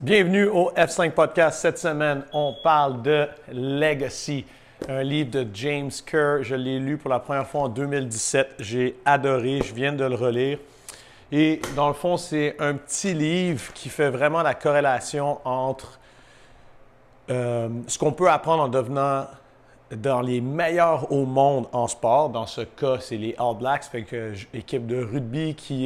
Bienvenue au F5 Podcast. Cette semaine, on parle de Legacy, un livre de James Kerr. Je l'ai lu pour la première fois en 2017. J'ai adoré, je viens de le relire. Et dans le fond, c'est un petit livre qui fait vraiment la corrélation entre ce qu'on peut apprendre en devenant dans les meilleurs au monde en sport. Dans ce cas, c'est les All Blacks, fait que équipe de rugby qui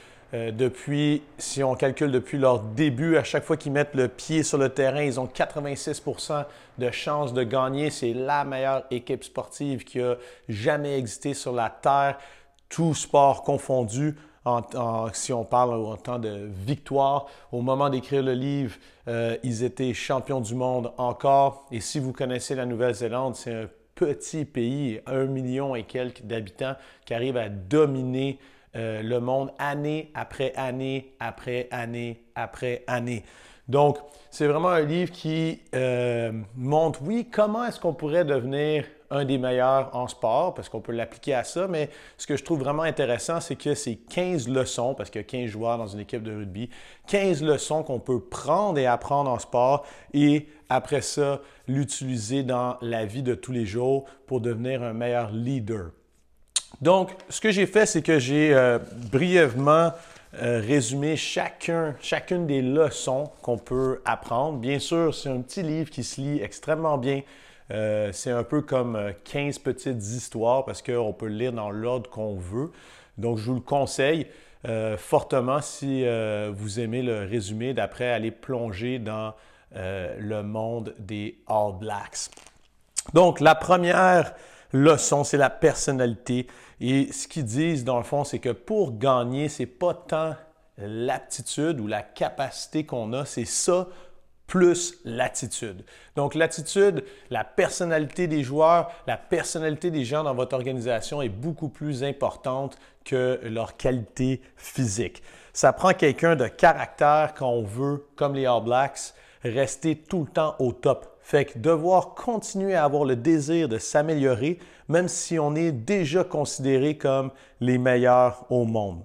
depuis, si on calcule depuis leur début, à chaque fois qu'ils mettent le pied sur le terrain, ils ont 86% de chances de gagner. C'est la meilleure équipe sportive qui a jamais existé sur la Terre, tout sport confondu. Si on parle en temps de victoire, au moment d'écrire le livre, ils étaient champions du monde encore. Et si vous connaissez la Nouvelle-Zélande, c'est un petit pays, 1 million et quelques d'habitants, qui arrive à dominer le monde année après année, après année, après année. Donc, c'est vraiment un livre qui montre, oui, comment est-ce qu'on pourrait devenir un des meilleurs en sport, parce qu'on peut l'appliquer à ça, mais ce que je trouve vraiment intéressant, c'est que c'est 15 leçons, parce qu'il y a 15 joueurs dans une équipe de rugby, 15 leçons qu'on peut prendre et apprendre en sport, et après ça, l'utiliser dans la vie de tous les jours pour devenir un meilleur leader. Donc, ce que j'ai fait, c'est que j'ai brièvement résumé chacune des leçons qu'on peut apprendre. Bien sûr, c'est un petit livre qui se lit extrêmement bien. C'est un peu comme 15 petites histoires parce qu'on peut le lire dans l'ordre qu'on veut. Donc, je vous le conseille fortement si vous aimez le résumé, d'après aller plonger dans le monde des All Blacks. Donc, la première leçon, c'est la personnalité. Et ce qu'ils disent, dans le fond, c'est que pour gagner, c'est pas tant l'aptitude ou la capacité qu'on a, c'est ça plus l'attitude. Donc, l'attitude, la personnalité des joueurs, la personnalité des gens dans votre organisation est beaucoup plus importante que leur qualité physique. Ça prend quelqu'un de caractère quand on veut, comme les All Blacks, rester tout le temps au top. Fait que devoir continuer à avoir le désir de s'améliorer, même si on est déjà considéré comme les meilleurs au monde.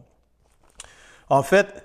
En fait,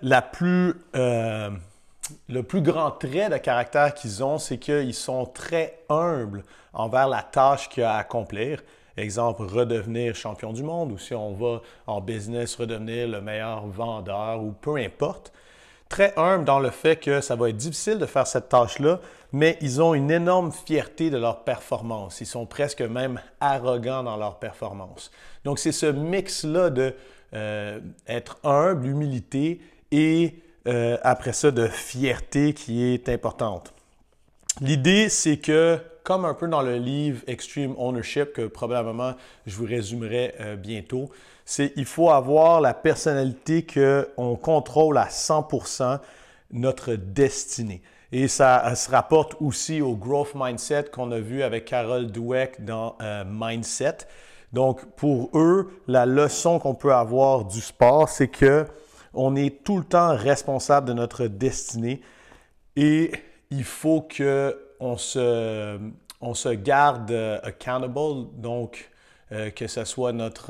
le plus grand trait de caractère qu'ils ont, c'est qu'ils sont très humbles envers la tâche qu'il y a à accomplir. Exemple, redevenir champion du monde, ou si on va en business, redevenir le meilleur vendeur, ou peu importe. Très humble dans le fait que ça va être difficile de faire cette tâche-là, mais ils ont une énorme fierté de leur performance. Ils sont presque même arrogants dans leur performance. Donc, c'est ce mix-là de être humble, humilité et après ça, de fierté qui est importante. L'idée, c'est que, comme un peu dans le livre Extreme Ownership, que probablement je vous résumerai bientôt, c'est qu'il faut avoir la personnalité qu'on contrôle à 100% notre destinée. Et ça se rapporte aussi au growth mindset qu'on a vu avec Carol Dweck dans Mindset. Donc, pour eux, la leçon qu'on peut avoir du sport, c'est que on est tout le temps responsable de notre destinée et il faut qu'on se garde accountable, donc que ce soit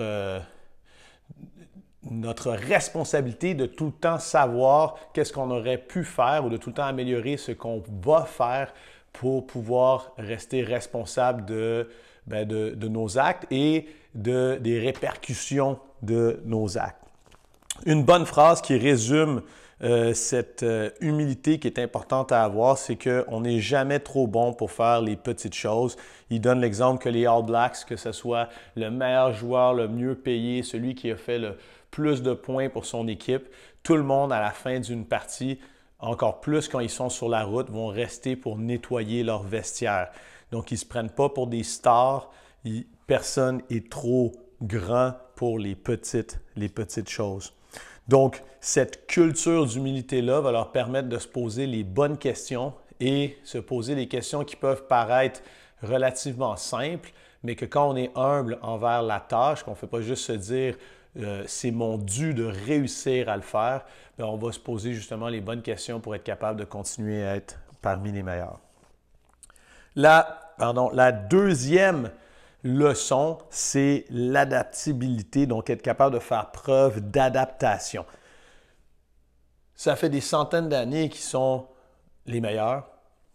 notre responsabilité de tout le temps savoir qu'est-ce qu'on aurait pu faire ou de tout le temps améliorer ce qu'on va faire pour pouvoir rester responsable de nos actes et des répercussions de nos actes. Une bonne phrase qui résume cette humilité qui est importante à avoir, c'est qu'on n'est jamais trop bon pour faire les petites choses. Il donne l'exemple que les All Blacks, que ce soit le meilleur joueur, le mieux payé, celui qui a fait le plus de points pour son équipe, tout le monde à la fin d'une partie, encore plus quand ils sont sur la route, vont rester pour nettoyer leur vestiaire. Donc, ils ne se prennent pas pour des stars. Personne n'est trop grand pour les petites choses. Donc, cette culture d'humilité-là va leur permettre de se poser les bonnes questions et se poser des questions qui peuvent paraître relativement simples, mais que quand on est humble envers la tâche, qu'on ne fait pas juste se dire c'est mon dû de réussir à le faire, bien, on va se poser justement les bonnes questions pour être capable de continuer à être parmi les meilleurs. La deuxième leçon, c'est l'adaptabilité, donc être capable de faire preuve d'adaptation. Ça fait des centaines d'années qu'ils sont les meilleurs.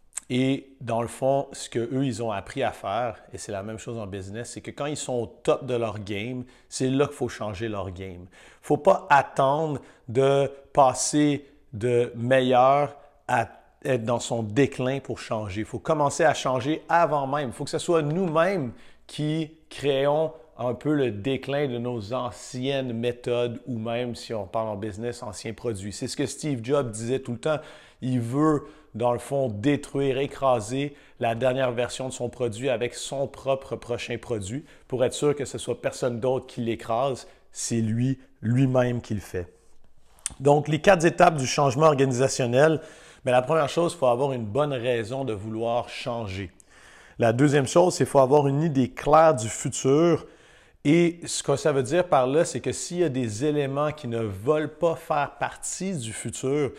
Et dans le fond, ce qu'eux, ils ont appris à faire, et c'est la même chose en business, c'est que quand ils sont au top de leur game, c'est là qu'il faut changer leur game. Il ne faut pas attendre de passer de meilleur à être dans son déclin pour changer. Il faut commencer à changer avant même. Il faut que ce soit nous-mêmes qui créons un peu le déclin de nos anciennes méthodes ou même, si on parle en business, anciens produits. C'est ce que Steve Jobs disait tout le temps. Il veut, dans le fond, détruire, écraser la dernière version de son produit avec son propre prochain produit pour être sûr que ce soit personne d'autre qui l'écrase, c'est lui-même qui le fait. Donc, les 4 étapes du changement organisationnel, bien, la première chose, il faut avoir une bonne raison de vouloir changer. La deuxième chose, c'est qu'il faut avoir une idée claire du futur. Et ce que ça veut dire par là, c'est que s'il y a des éléments qui ne veulent pas faire partie du futur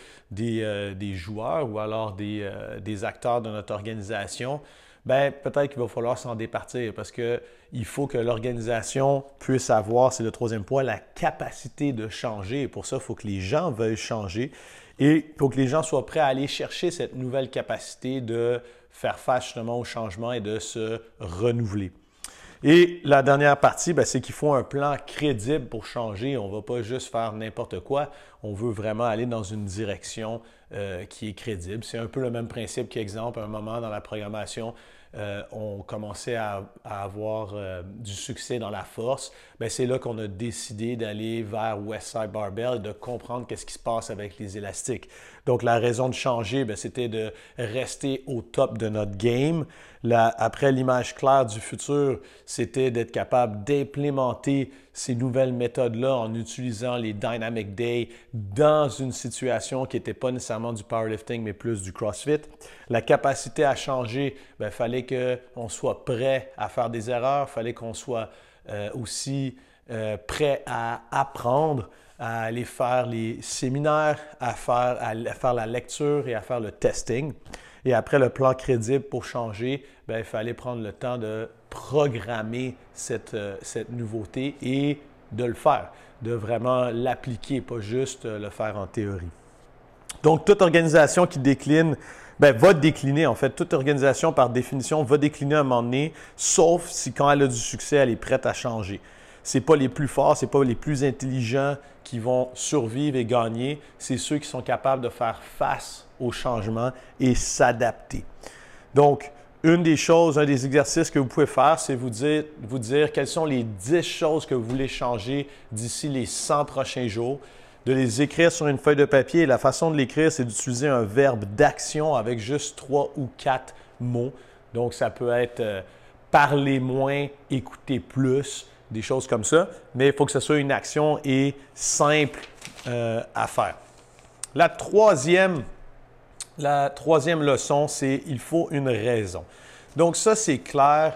des joueurs ou alors des acteurs de notre organisation, bien, peut-être qu'il va falloir s'en départir parce qu'il faut que l'organisation puisse avoir, c'est le troisième point, la capacité de changer. Et pour ça, il faut que les gens veuillent changer et il faut que les gens soient prêts à aller chercher cette nouvelle capacité de faire face justement au changement et de se renouveler. Et la dernière partie, bien, c'est qu'il faut un plan crédible pour changer. On ne va pas juste faire n'importe quoi. On veut vraiment aller dans une direction qui est crédible. C'est un peu le même principe qu'exemple, à un moment dans la programmation, on commençait à avoir du succès dans la force. Bien, c'est là qu'on a décidé d'aller vers Westside Barbell et de comprendre qu'est-ce qui se passe avec les élastiques. Donc, la raison de changer, bien, c'était de rester au top de notre game. Après, l'image claire du futur, c'était d'être capable d'implémenter ces nouvelles méthodes-là en utilisant les Dynamic Day dans une situation qui n'était pas nécessairement du powerlifting, mais plus du CrossFit. La capacité à changer, il fallait qu'on soit prêt à faire des erreurs, il fallait qu'on soit aussi prêt à apprendre, à aller faire les séminaires, à faire la lecture et à faire le testing. Et après le plan crédible pour changer, bien, il fallait prendre le temps de programmer cette nouveauté et de le faire, de vraiment l'appliquer, pas juste le faire en théorie. Donc, toute organisation qui décline, bien, va décliner en fait. Toute organisation, par définition, va décliner à un moment donné, sauf si quand elle a du succès, elle est prête à changer. Ce n'est pas les plus forts, ce n'est pas les plus intelligents qui vont survivre et gagner. C'est ceux qui sont capables de faire face au changement et s'adapter. Donc, une des choses, un des exercices que vous pouvez faire, c'est vous dire quelles sont les 10 choses que vous voulez changer d'ici les 100 prochains jours, de les écrire sur une feuille de papier. Et la façon de l'écrire, c'est d'utiliser un verbe d'action avec juste 3 ou 4 mots. Donc, ça peut être parler moins, écouter plus, des choses comme ça, mais il faut que ce soit une action et simple à faire. La troisième leçon, c'est il faut une raison. Donc ça, c'est clair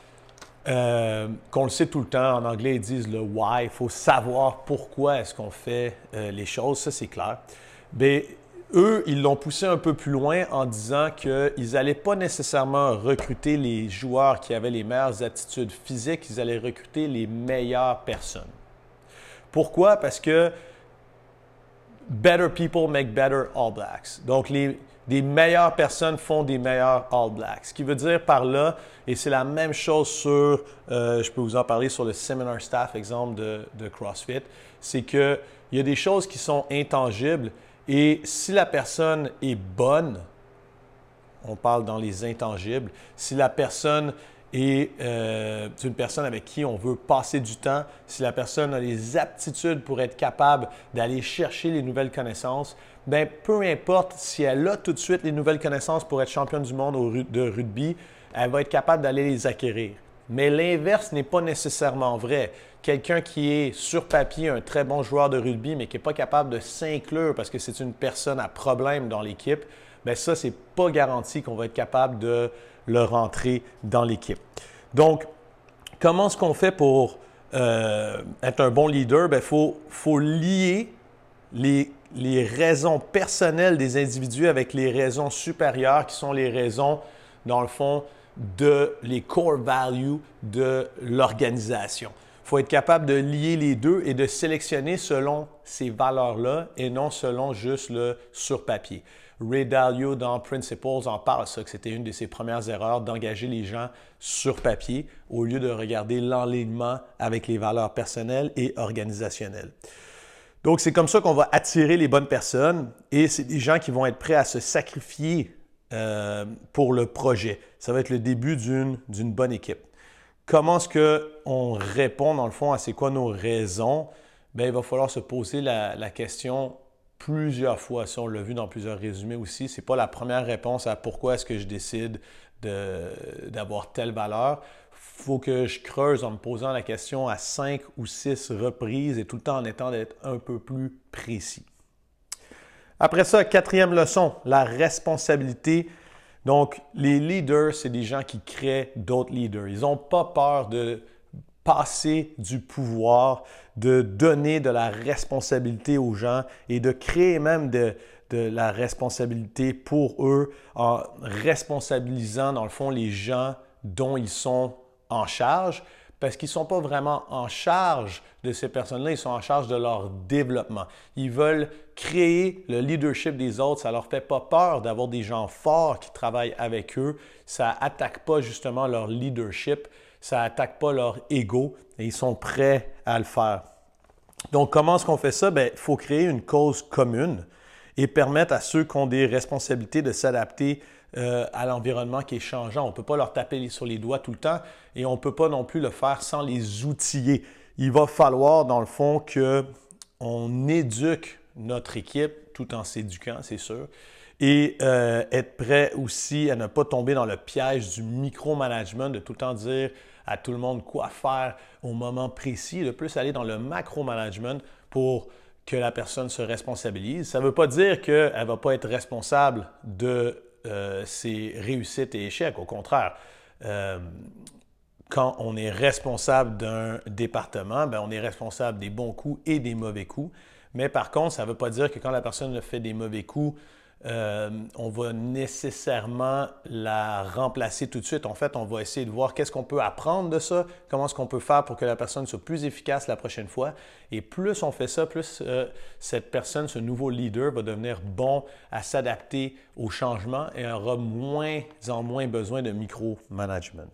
qu'on le sait tout le temps. En anglais, ils disent le why. Il faut savoir pourquoi est-ce qu'on fait les choses. Ça, c'est clair. Mais eux, ils l'ont poussé un peu plus loin en disant qu'ils n'allaient pas nécessairement recruter les joueurs qui avaient les meilleures aptitudes physiques, ils allaient recruter les meilleures personnes. Pourquoi? Parce que better people make better All Blacks. Donc, des meilleures personnes font des meilleurs All Blacks. Ce qui veut dire par là, et c'est la même chose sur, je peux vous en parler sur le seminar staff, exemple de CrossFit, c'est qu'il y a des choses qui sont intangibles et si la personne est bonne, on parle dans les intangibles, si la personne est une personne avec qui on veut passer du temps, si la personne a les aptitudes pour être capable d'aller chercher les nouvelles connaissances, bien, peu importe si elle a tout de suite les nouvelles connaissances pour être championne du monde de rugby, elle va être capable d'aller les acquérir. Mais l'inverse n'est pas nécessairement vrai. Quelqu'un qui est sur papier un très bon joueur de rugby, mais qui n'est pas capable de s'inclure parce que c'est une personne à problème dans l'équipe, bien ça, ce n'est pas garanti qu'on va être capable de le rentrer dans l'équipe. Donc, comment est-ce qu'on fait pour être un bon leader? Bien, faut lier les raisons personnelles des individus avec les raisons supérieures qui sont les raisons, dans le fond, les core values de l'organisation. Il faut être capable de lier les deux et de sélectionner selon ces valeurs-là et non selon juste le sur papier. Ray Dalio, dans Principles, en parle ça, que c'était une de ses premières erreurs d'engager les gens sur papier au lieu de regarder l'enlignement avec les valeurs personnelles et organisationnelles. Donc, c'est comme ça qu'on va attirer les bonnes personnes et c'est des gens qui vont être prêts à se sacrifier pour le projet. Ça va être le début d'une bonne équipe. Comment est-ce qu'on répond, dans le fond, à c'est quoi nos raisons? Bien, il va falloir se poser la question plusieurs fois. Ça, on l'a vu dans plusieurs résumés aussi. Ce n'est pas la première réponse à pourquoi est-ce que je décide d'avoir telle valeur. Il faut que je creuse en me posant la question à 5 ou 6 reprises et tout le temps en étant d'être un peu plus précis. Après ça, quatrième leçon, la responsabilité. Donc, les leaders, c'est des gens qui créent d'autres leaders. Ils n'ont pas peur de passer du pouvoir, de donner de la responsabilité aux gens et de créer même de la responsabilité pour eux en responsabilisant, dans le fond, les gens dont ils sont en charge parce qu'ils ne sont pas vraiment en charge de ces personnes-là, ils sont en charge de leur développement. Ils veulent créer le leadership des autres, ça ne leur fait pas peur d'avoir des gens forts qui travaillent avec eux, ça n'attaque pas justement leur leadership, ça n'attaque pas leur ego et ils sont prêts à le faire. Donc, comment est-ce qu'on fait ça? Bien, il faut créer une cause commune et permettre à ceux qui ont des responsabilités de s'adapter à l'environnement qui est changeant. On ne peut pas leur taper sur les doigts tout le temps et on ne peut pas non plus le faire sans les outiller. Il va falloir, dans le fond, qu'on éduque notre équipe tout en s'éduquant, c'est sûr, et être prêt aussi à ne pas tomber dans le piège du micromanagement, de tout le temps dire à tout le monde quoi faire au moment précis, de plus aller dans le macro-management pour que la personne se responsabilise. Ça ne veut pas dire qu'elle ne va pas être responsable de ses réussites et échecs. Au contraire, quand on est responsable d'un département, bien, on est responsable des bons coups et des mauvais coups. Mais par contre, ça ne veut pas dire que quand la personne fait des mauvais coups, on va nécessairement la remplacer tout de suite. En fait, on va essayer de voir qu'est-ce qu'on peut apprendre de ça, comment est-ce qu'on peut faire pour que la personne soit plus efficace la prochaine fois. Et plus on fait ça, plus cette personne, ce nouveau leader va devenir bon à s'adapter au changement et aura moins en moins besoin de micromanagement.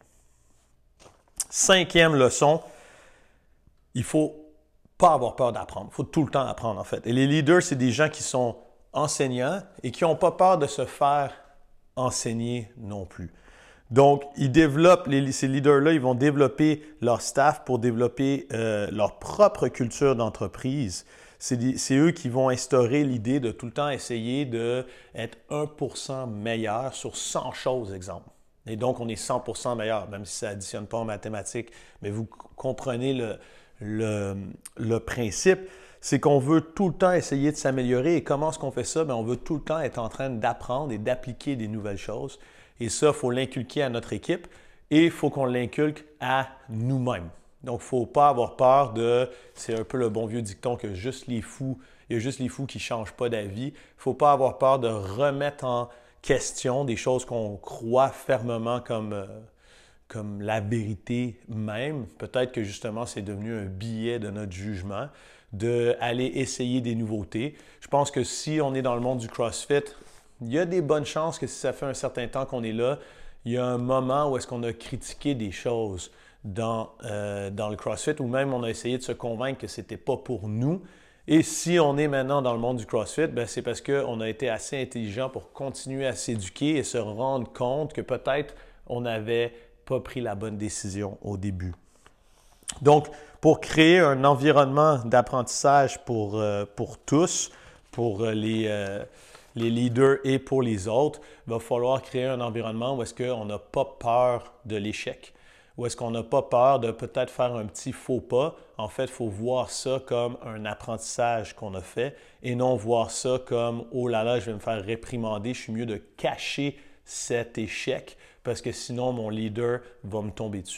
Cinquième leçon, il ne faut pas avoir peur d'apprendre. Il faut tout le temps apprendre, en fait. Et les leaders, c'est des gens qui sont enseignants et qui n'ont pas peur de se faire enseigner non plus. Donc, ils développent, ces leaders-là, ils vont développer leur staff pour développer leur propre culture d'entreprise. C'est eux qui vont instaurer l'idée de tout le temps essayer d'être 1% meilleur sur 100 choses, exemple. Et donc, on est 100% meilleur, même si ça n'additionne pas en mathématiques. Mais vous comprenez le principe. C'est qu'on veut tout le temps essayer de s'améliorer. Et comment est-ce qu'on fait ça? Bien, on veut tout le temps être en train d'apprendre et d'appliquer des nouvelles choses. Et ça, il faut l'inculquer à notre équipe et il faut qu'on l'inculque à nous-mêmes. Donc, il ne faut pas avoir peur c'est un peu le bon vieux dicton que il y a juste les fous qui ne changent pas d'avis. Il ne faut pas avoir peur de remettre en question des choses qu'on croit fermement comme la vérité même. Peut-être que justement, c'est devenu un biais de notre jugement, d'aller essayer des nouveautés. Je pense que si on est dans le monde du CrossFit, il y a des bonnes chances que si ça fait un certain temps qu'on est là, il y a un moment où est-ce qu'on a critiqué des choses dans le CrossFit ou même on a essayé de se convaincre que ce n'était pas pour nous. Et si on est maintenant dans le monde du CrossFit, bien, c'est parce qu'on a été assez intelligent pour continuer à s'éduquer et se rendre compte que peut-être on n'avait pas pris la bonne décision au début. Donc, pour créer un environnement d'apprentissage pour tous, pour les leaders et pour les autres, il va falloir créer un environnement où est-ce qu'on n'a pas peur de l'échec, où est-ce qu'on n'a pas peur de peut-être faire un petit faux pas. En fait, il faut voir ça comme un apprentissage qu'on a fait et non voir ça comme « Oh là là, je vais me faire réprimander, je suis mieux de cacher cet échec parce que sinon mon leader va me tomber dessus. »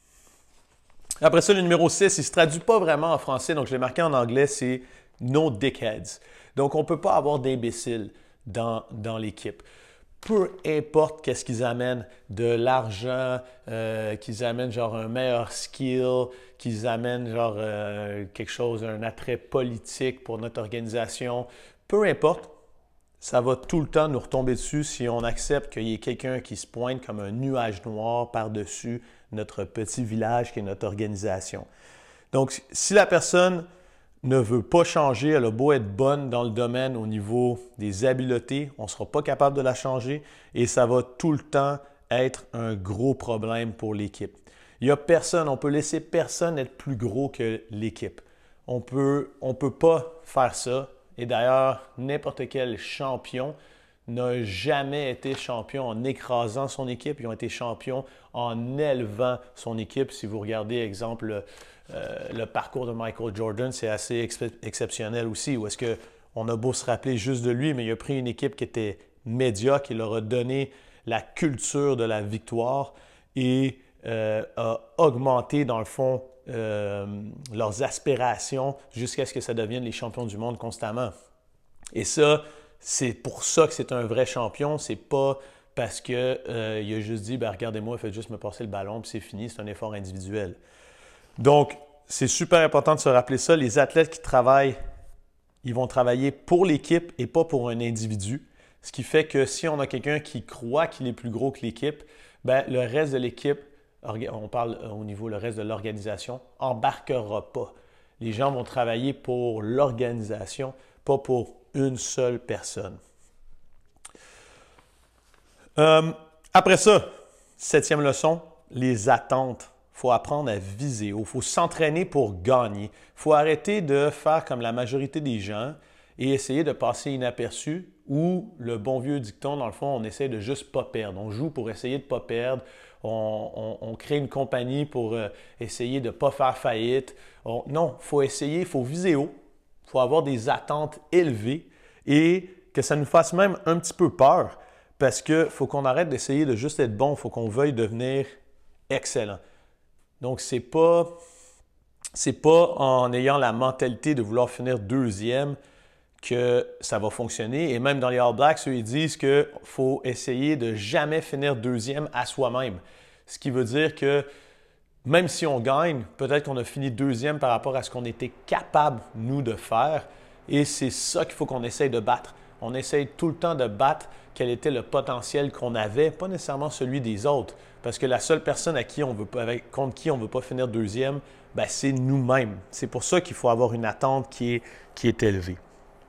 Après ça, le numéro 6, il ne se traduit pas vraiment en français, donc je l'ai marqué en anglais, c'est « No dickheads ». Donc, on ne peut pas avoir d'imbéciles dans l'équipe. Peu importe qu'est-ce qu'ils amènent, de l'argent, qu'ils amènent genre un meilleur skill, qu'ils amènent genre quelque chose, un attrait politique pour notre organisation, peu importe, ça va tout le temps nous retomber dessus si on accepte qu'il y ait quelqu'un qui se pointe comme un nuage noir par-dessus notre petit village qui est notre organisation. Donc, si la personne ne veut pas changer, elle a beau être bonne dans le domaine au niveau des habiletés, on ne sera pas capable de la changer et ça va tout le temps être un gros problème pour l'équipe. Il n'y a personne, on peut laisser personne être plus gros que l'équipe. On peut pas faire ça. Et d'ailleurs, n'importe quel champion n'a jamais été champion en écrasant son équipe. Ils ont été champions en élevant son équipe. Si vous regardez, exemple, le parcours de Michael Jordan, c'est assez exceptionnel aussi. Où est-ce qu'on a beau se rappeler juste de lui, mais il a pris une équipe qui était médiocre, il leur a donné la culture de la victoire et a augmenté, dans le fond, leurs aspirations jusqu'à ce que ça devienne les champions du monde constamment. Et ça, c'est pour ça que c'est un vrai champion. C'est pas parce qu'il a juste dit « Regardez-moi, faites juste me passer le ballon, puis c'est fini, c'est un effort individuel. » Donc, c'est super important de se rappeler ça. Les athlètes qui travaillent, ils vont travailler pour l'équipe et pas pour un individu. Ce qui fait que si on a quelqu'un qui croit qu'il est plus gros que l'équipe, le reste de l'équipe, on parle au niveau le reste de l'organisation, embarquera pas. Les gens vont travailler pour l'organisation, pas pour une seule personne. Après ça, 7e leçon, les attentes. Il faut apprendre à viser haut. Il faut s'entraîner pour gagner. Il faut arrêter de faire comme la majorité des gens et essayer de passer inaperçu ou le bon vieux dicton, dans le fond, on essaie de juste pas perdre. On joue pour essayer de ne pas perdre. On crée une compagnie pour essayer de ne pas faire faillite. Non, il faut essayer, il faut viser haut. Il faut avoir des attentes élevées et que ça nous fasse même un petit peu peur parce qu'il faut qu'on arrête d'essayer de juste être bon. Il faut qu'on veuille devenir excellent. Donc, c'est pas en ayant la mentalité de vouloir finir deuxième que ça va fonctionner. Et même dans les All Blacks, eux, ils disent qu'il faut essayer de jamais finir deuxième à soi-même. Ce qui veut dire que même si on gagne, peut-être qu'on a fini deuxième par rapport à ce qu'on était capable, nous, de faire. Et c'est ça qu'il faut qu'on essaye de battre. On essaye tout le temps de battre quel était le potentiel qu'on avait, pas nécessairement celui des autres. Parce que la seule personne contre qui on ne veut pas finir deuxième, c'est nous-mêmes. C'est pour ça qu'il faut avoir une attente qui est élevée.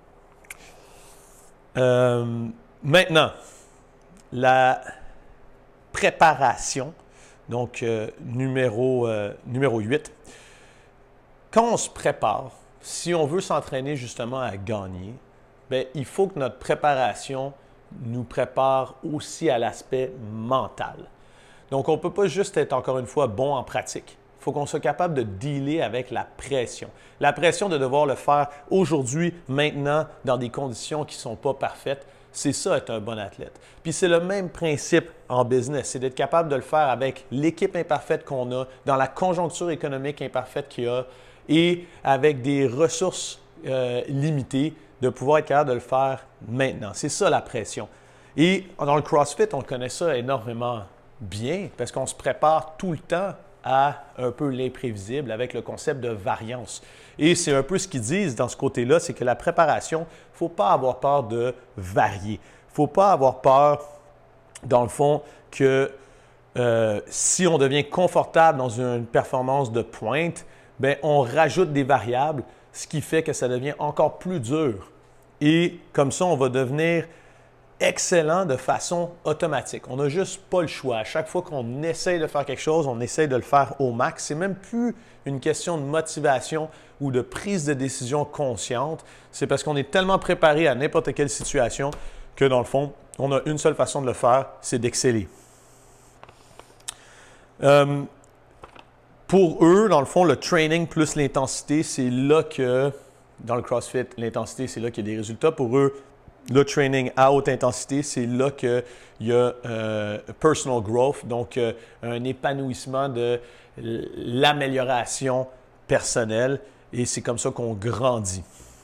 Maintenant, la préparation, donc numéro 8. Quand on se prépare, si on veut s'entraîner justement à gagner, il faut que notre préparation nous prépare aussi à l'aspect mental. Donc, on ne peut pas juste être, encore une fois, bon en pratique. Il faut qu'on soit capable de dealer avec la pression. La pression de devoir le faire aujourd'hui, maintenant, dans des conditions qui ne sont pas parfaites, c'est ça être un bon athlète. Puis c'est le même principe en business, c'est d'être capable de le faire avec l'équipe imparfaite qu'on a, dans la conjoncture économique imparfaite qu'il y a et avec des ressources limitées, de pouvoir être capable de le faire maintenant. C'est ça la pression. Et dans le CrossFit, on connaît ça énormément bien parce qu'on se prépare tout le temps à un peu l'imprévisible avec le concept de variance. Et c'est un peu ce qu'ils disent dans ce côté-là, c'est que la préparation, il ne faut pas avoir peur de varier. Il ne faut pas avoir peur, dans le fond, que si on devient confortable dans une performance de pointe, on rajoute des variables, ce qui fait que ça devient encore plus dur. Et comme ça, on va devenir excellent de façon automatique. On n'a juste pas le choix. À chaque fois qu'on essaye de faire quelque chose, on essaye de le faire au max. C'est même plus une question de motivation ou de prise de décision consciente. C'est parce qu'on est tellement préparé à n'importe quelle situation que dans le fond, on a une seule façon de le faire, c'est d'exceller. Pour eux, dans le fond, le training plus l'intensité, c'est là que, dans le CrossFit, l'intensité, c'est là qu'il y a des résultats. Pour eux, le training à haute intensité, c'est là qu'il y a personal growth, donc un épanouissement de l'amélioration personnelle et c'est comme ça qu'on grandit.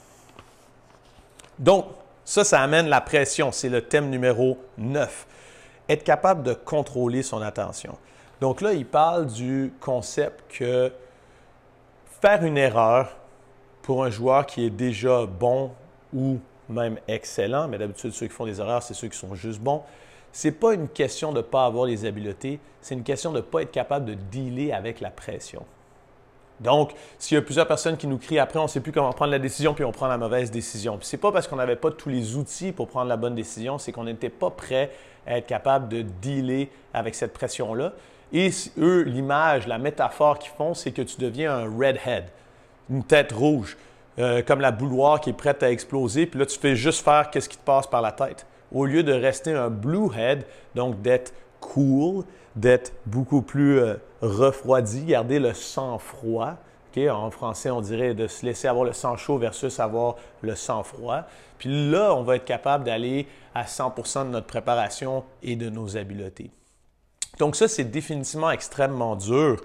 Donc, ça amène la pression. C'est le thème numéro 9. Être capable de contrôler son attention. Donc là, il parle du concept que faire une erreur pour un joueur qui est déjà bon ou même excellents, mais d'habitude, ceux qui font des erreurs, c'est ceux qui sont juste bons. Ce n'est pas une question de ne pas avoir les habiletés, c'est une question de ne pas être capable de dealer avec la pression. Donc, s'il y a plusieurs personnes qui nous crient après, on ne sait plus comment prendre la décision, puis on prend la mauvaise décision. Ce n'est pas parce qu'on n'avait pas tous les outils pour prendre la bonne décision, c'est qu'on n'était pas prêt à être capable de dealer avec cette pression-là. Et eux, l'image, la métaphore qu'ils font, c'est que tu deviens un redhead, une tête rouge, comme la bouilloire qui est prête à exploser, puis là, tu fais juste faire ce qui te passe par la tête. Au lieu de rester un bluehead, donc d'être cool, d'être beaucoup plus refroidi, garder le sang-froid. Okay? En français, on dirait de se laisser avoir le sang chaud versus avoir le sang froid. Puis là, on va être capable d'aller à 100% de notre préparation et de nos habiletés. Donc ça, c'est définitivement extrêmement dur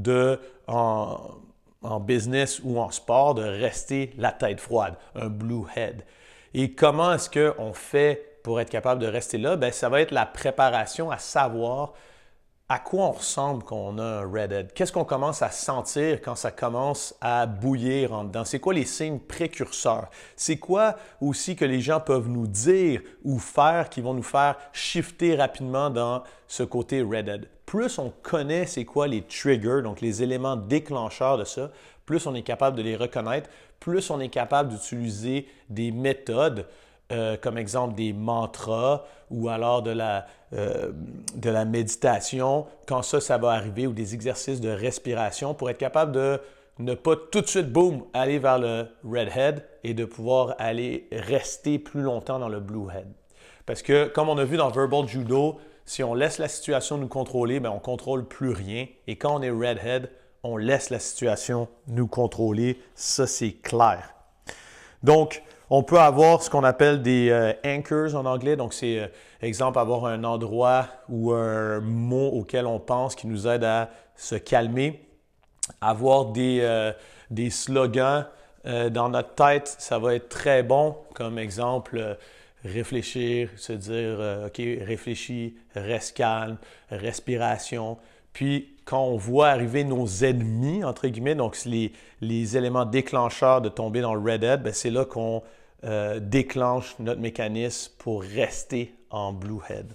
en business ou en sport de rester la tête froide, un blue head. Et comment est-ce qu'on fait pour être capable de rester là? Bien, ça va être la préparation à savoir à quoi on ressemble quand on a un redhead. Qu'est-ce qu'on commence à sentir quand ça commence à bouillir en dedans? C'est quoi les signes précurseurs? C'est quoi aussi que les gens peuvent nous dire ou faire qui vont nous faire shifter rapidement dans ce côté redhead? Plus on connaît c'est quoi les triggers, donc les éléments déclencheurs de ça, plus on est capable de les reconnaître, plus on est capable d'utiliser des méthodes comme exemple des mantras ou alors de la méditation, quand ça va arriver, ou des exercices de respiration pour être capable de ne pas tout de suite, boum, aller vers le redhead et de pouvoir aller rester plus longtemps dans le bluehead. Parce que, comme on a vu dans Verbal Judo, si on laisse la situation nous contrôler, bien, on ne contrôle plus rien. Et quand on est redhead, on laisse la situation nous contrôler. Ça, c'est clair. Donc, on peut avoir ce qu'on appelle des anchors en anglais. Donc, c'est, exemple, avoir un endroit ou un mot auquel on pense qui nous aide à se calmer. Avoir des slogans dans notre tête, ça va être très bon. Comme exemple, réfléchir, se dire, OK, réfléchis, reste calme, respiration. Puis, quand on voit arriver nos ennemis, entre guillemets, donc les éléments déclencheurs de tomber dans le redhead, bien, c'est là qu'on déclenche notre mécanisme pour rester en bluehead.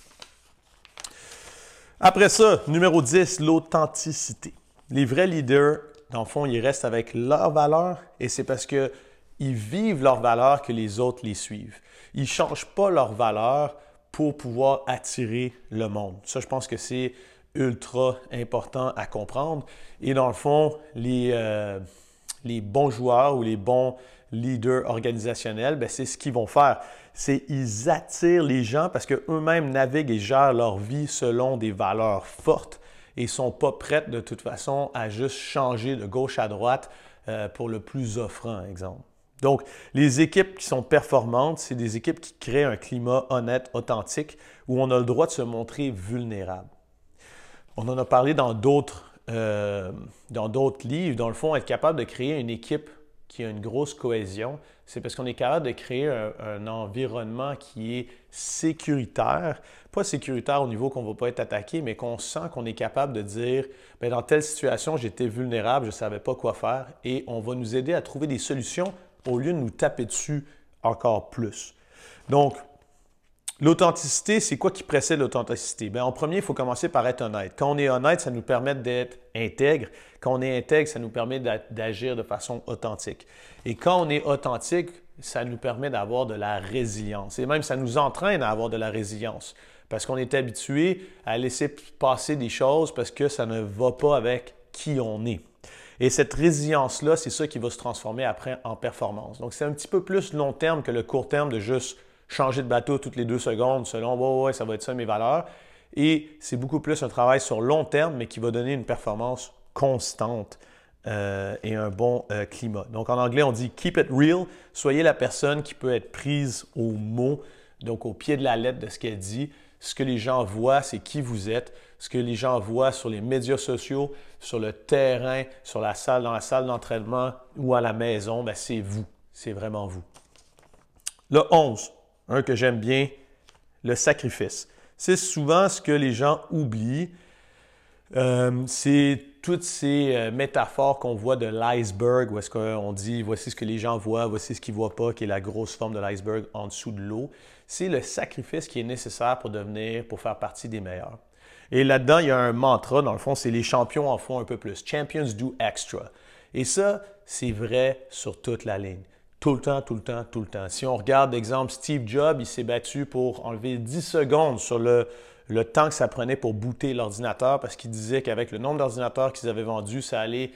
Après ça, numéro 10, l'authenticité. Les vrais leaders, dans le fond, ils restent avec leurs valeurs et c'est parce qu'ils vivent leurs valeurs que les autres les suivent. Ils ne changent pas leurs valeurs pour pouvoir attirer le monde. Ça, je pense que c'est ultra important à comprendre. Et dans le fond, les bons joueurs ou les bons leaders organisationnels, bien, c'est ce qu'ils vont faire. C'est qu'ils attirent les gens parce qu'eux-mêmes naviguent et gèrent leur vie selon des valeurs fortes et ne sont pas prêts de toute façon à juste changer de gauche à droite pour le plus offrant, exemple. Donc, les équipes qui sont performantes, c'est des équipes qui créent un climat honnête, authentique, où on a le droit de se montrer vulnérable. On en a parlé dans d'autres livres. Dans le fond, être capable de créer une équipe qui a une grosse cohésion, c'est parce qu'on est capable de créer un environnement qui est sécuritaire. Pas sécuritaire au niveau qu'on ne va pas être attaqué, mais qu'on sent qu'on est capable de dire « dans telle situation, j'étais vulnérable, je ne savais pas quoi faire » et on va nous aider à trouver des solutions au lieu de nous taper dessus encore plus. Donc, l'authenticité, c'est quoi qui précède l'authenticité? Bien, en premier, il faut commencer par être honnête. Quand on est honnête, ça nous permet d'être intègre. Quand on est intègre, ça nous permet d'agir de façon authentique. Et quand on est authentique, ça nous permet d'avoir de la résilience. Et même, ça nous entraîne à avoir de la résilience. Parce qu'on est habitué à laisser passer des choses parce que ça ne va pas avec qui on est. Et cette résilience-là, c'est ça qui va se transformer après en performance. Donc, c'est un petit peu plus long terme que le court terme de juste changer de bateau toutes les 2 secondes selon « ouais, ça va être ça mes valeurs ». Et c'est beaucoup plus un travail sur long terme, mais qui va donner une performance constante et un bon climat. Donc, en anglais, on dit « keep it real ». Soyez la personne qui peut être prise au mot, donc au pied de la lettre de ce qu'elle dit. Ce que les gens voient, c'est qui vous êtes. Ce que les gens voient sur les médias sociaux, sur le terrain, dans la salle d'entraînement ou à la maison, bien, c'est vous. C'est vraiment vous. Le 11, un que j'aime bien, le sacrifice. C'est souvent ce que les gens oublient. C'est toutes ces métaphores qu'on voit de l'iceberg, où est-ce qu'on dit voici ce que les gens voient, voici ce qu'ils ne voient pas, qui est la grosse forme de l'iceberg en dessous de l'eau. C'est le sacrifice qui est nécessaire pour faire partie des meilleurs. Et là-dedans, il y a un mantra, dans le fond, c'est les champions en font un peu plus. Champions do extra. Et ça, c'est vrai sur toute la ligne. Tout le temps, tout le temps, tout le temps. Si on regarde, exemple, Steve Jobs, il s'est battu pour enlever 10 secondes sur le temps que ça prenait pour booter l'ordinateur parce qu'il disait qu'avec le nombre d'ordinateurs qu'ils avaient vendus, ça allait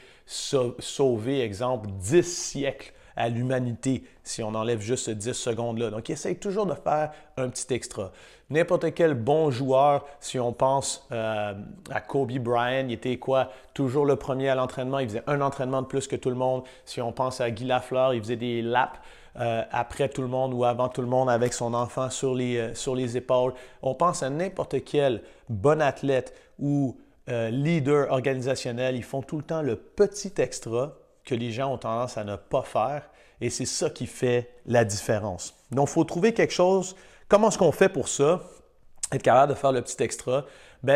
sauver, exemple, 10 siècles à l'humanité si on enlève juste ces 10 secondes-là. Donc, il essaye toujours de faire un petit extra. N'importe quel bon joueur, si on pense à Kobe Bryant, il était quoi? Toujours le premier à l'entraînement. Il faisait un entraînement de plus que tout le monde. Si on pense à Guy Lafleur, il faisait des laps après tout le monde ou avant tout le monde avec son enfant sur les épaules. On pense à n'importe quel bon athlète ou leader organisationnel. Ils font tout le temps le petit extra que les gens ont tendance à ne pas faire et c'est ça qui fait la différence. Donc, il faut trouver quelque chose. Comment est-ce qu'on fait pour ça? Être capable de faire le petit extra? Bien,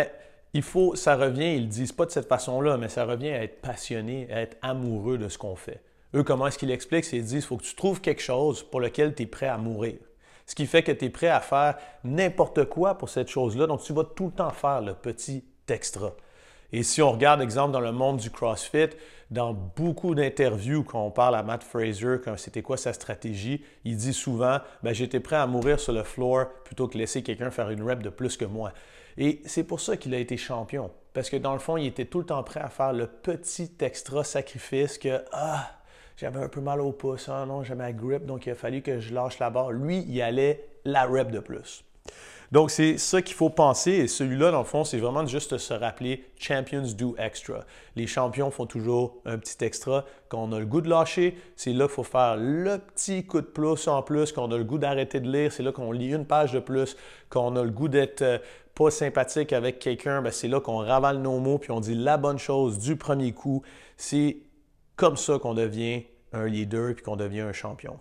ça revient, ils ne le disent pas de cette façon-là, mais ça revient à être passionné, à être amoureux de ce qu'on fait. Eux, comment est-ce qu'ils l'expliquent? C'est qu'ils disent, il faut que tu trouves quelque chose pour lequel tu es prêt à mourir. Ce qui fait que tu es prêt à faire n'importe quoi pour cette chose-là. Donc, tu vas tout le temps faire le petit extra. Et si on regarde, exemple, dans le monde du CrossFit, dans beaucoup d'interviews, quand on parle à Matt Fraser, c'était quoi sa stratégie, il dit souvent, j'étais prêt à mourir sur le floor plutôt que laisser quelqu'un faire une rep de plus que moi. Et c'est pour ça qu'il a été champion. Parce que dans le fond, il était tout le temps prêt à faire le petit extra sacrifice que, j'avais un peu mal au pouce, non, j'avais ma grip, donc il a fallu que je lâche la barre. Lui, il allait la rep de plus. Donc, c'est ça qu'il faut penser. Et celui-là, dans le fond, c'est vraiment juste se rappeler « Champions do extra ». Les champions font toujours un petit extra. Quand on a le goût de lâcher, c'est là qu'il faut faire le petit coup de pouce en plus. Quand on a le goût d'arrêter de lire, c'est là qu'on lit une page de plus. Quand on a le goût d'être pas sympathique avec quelqu'un, c'est là qu'on ravale nos mots puis on dit la bonne chose du premier coup. C'est comme ça qu'on devient un leader puis qu'on devient un champion.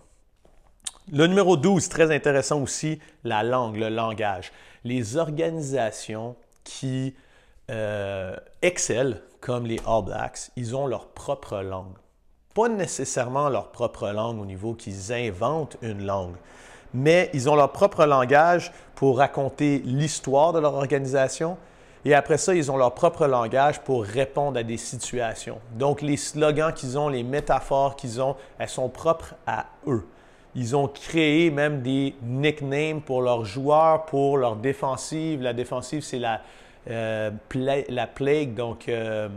Le numéro 12, très intéressant aussi, la langue, le langage. Les organisations qui excellent, comme les All Blacks, ils ont leur propre langue. Pas nécessairement leur propre langue au niveau qu'ils inventent une langue, mais ils ont leur propre langage pour raconter l'histoire de leur organisation. Et après ça, ils ont leur propre langage pour répondre à des situations. Donc, les slogans qu'ils ont, les métaphores qu'ils ont, elles sont propres à eux. Ils ont créé même des nicknames pour leurs joueurs, pour leur défensive. La défensive, c'est la plague, donc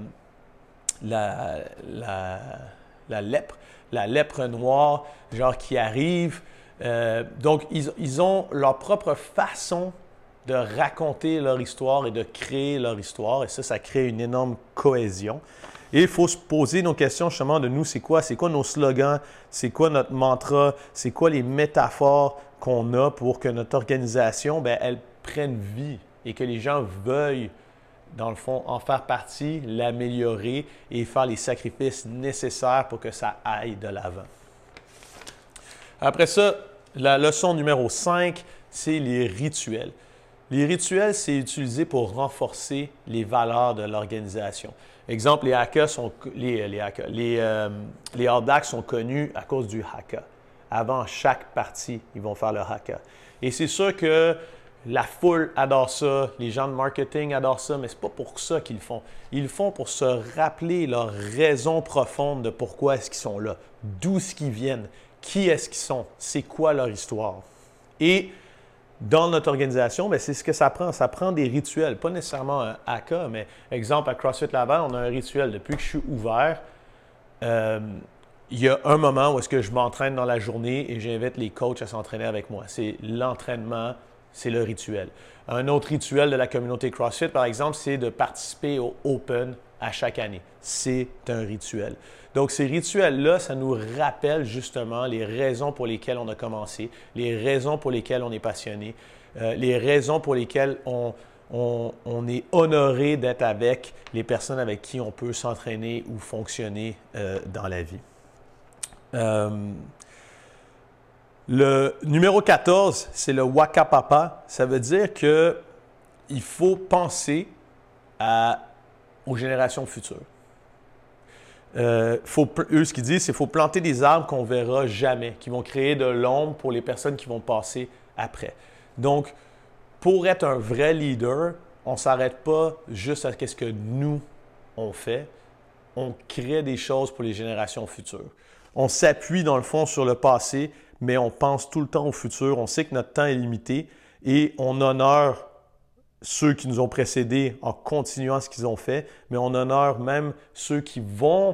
la lèpre. La lèpre noire, genre qui arrive. Donc, ils ont leur propre façon de raconter leur histoire et de créer leur histoire. Et ça crée une énorme cohésion. Et il faut se poser nos questions justement de nous, c'est quoi nos slogans, c'est quoi notre mantra, c'est quoi les métaphores qu'on a pour que notre organisation, elle prenne vie et que les gens veuillent, dans le fond, en faire partie, l'améliorer et faire les sacrifices nécessaires pour que ça aille de l'avant. Après ça, la leçon numéro 5, c'est les rituels. Les rituels, c'est utilisé pour renforcer les valeurs de l'organisation. Exemple, les All Blacks sont connus à cause du haka. Avant chaque partie, ils vont faire le haka. Et c'est sûr que la foule adore ça, les gens de marketing adorent ça, mais ce n'est pas pour ça qu'ils le font. Ils le font pour se rappeler leur raison profonde de pourquoi est-ce qu'ils sont là, d'où est-ce qu'ils viennent, qui est-ce qu'ils sont, c'est quoi leur histoire. Et dans notre organisation, c'est ce que ça prend. Ça prend des rituels, pas nécessairement un haka, mais exemple, à CrossFit Laval, on a un rituel. Depuis que je suis ouvert, il y a un moment où est-ce que je m'entraîne dans la journée et j'invite les coachs à s'entraîner avec moi. C'est l'entraînement, c'est le rituel. Un autre rituel de la communauté CrossFit, par exemple, c'est de participer au Open à chaque année. C'est un rituel. Donc, ces rituels-là, ça nous rappelle justement les raisons pour lesquelles on a commencé, les raisons pour lesquelles on est passionné, les raisons pour lesquelles on est honoré d'être avec les personnes avec qui on peut s'entraîner ou fonctionner dans la vie. Le numéro 14, c'est le Waka Papa. Ça veut dire qu'il faut penser à aux générations futures. Eux, ce qu'ils disent, c'est qu'il faut planter des arbres qu'on ne verra jamais, qui vont créer de l'ombre pour les personnes qui vont passer après. Donc, pour être un vrai leader, on ne s'arrête pas juste à ce que nous, on fait. On crée des choses pour les générations futures. On s'appuie, dans le fond, sur le passé, mais on pense tout le temps au futur. On sait que notre temps est limité et on honore ceux qui nous ont précédés en continuant ce qu'ils ont fait, mais on honore même ceux qui vont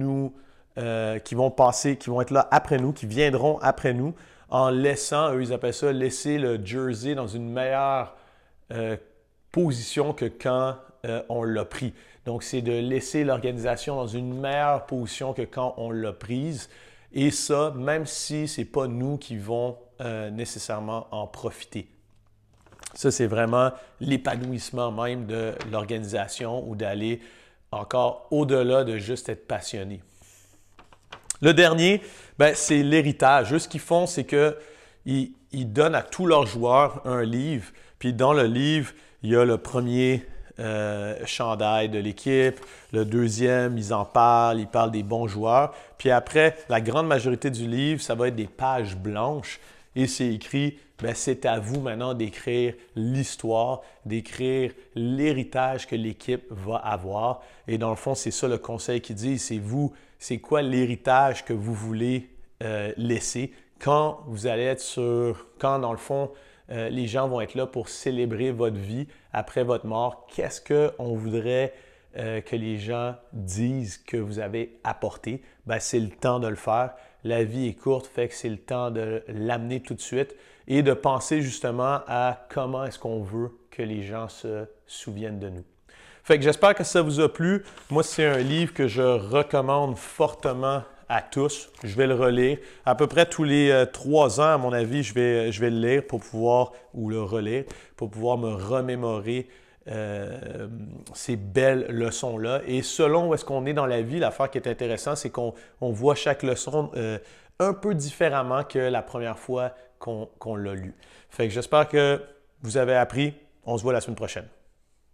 passer, qui vont être là après nous, qui viendront après nous, en laissant, eux ils appellent ça, laisser le jersey dans une meilleure position que quand on l'a pris. Donc, c'est de laisser l'organisation dans une meilleure position que quand on l'a prise. Et ça, même si ce n'est pas nous qui vont nécessairement en profiter. Ça, c'est vraiment l'épanouissement même de l'organisation ou d'aller encore au-delà de juste être passionné. Le dernier, c'est l'héritage. Eux, ce qu'ils font, c'est qu'ils donnent à tous leurs joueurs un livre. Puis dans le livre, il y a le premier chandail de l'équipe, le deuxième, ils parlent des bons joueurs. Puis après, la grande majorité du livre, ça va être des pages blanches et c'est écrit, c'est à vous maintenant d'écrire l'histoire, d'écrire l'héritage que l'équipe va avoir. Et dans le fond, c'est ça le conseil qui dit, c'est vous, c'est quoi l'héritage que vous voulez laisser quand vous allez être quand dans le fond, les gens vont être là pour célébrer votre vie après votre mort. Qu'est-ce qu'on voudrait que les gens disent que vous avez apporté? C'est le temps de le faire. La vie est courte, fait que c'est le temps de l'amener tout de suite et de penser justement à comment est-ce qu'on veut que les gens se souviennent de nous. Fait que j'espère que ça vous a plu. Moi, c'est un livre que je recommande fortement à tous. Je vais le relire. À peu près tous les 3 ans, à mon avis, je vais le lire ou le relire pour pouvoir me remémorer ces belles leçons-là. Et selon où est-ce qu'on est dans la vie, l'affaire qui est intéressante, c'est qu'on voit chaque leçon un peu différemment que la première fois qu'on l'a lu. Fait que j'espère que vous avez appris. On se voit la semaine prochaine.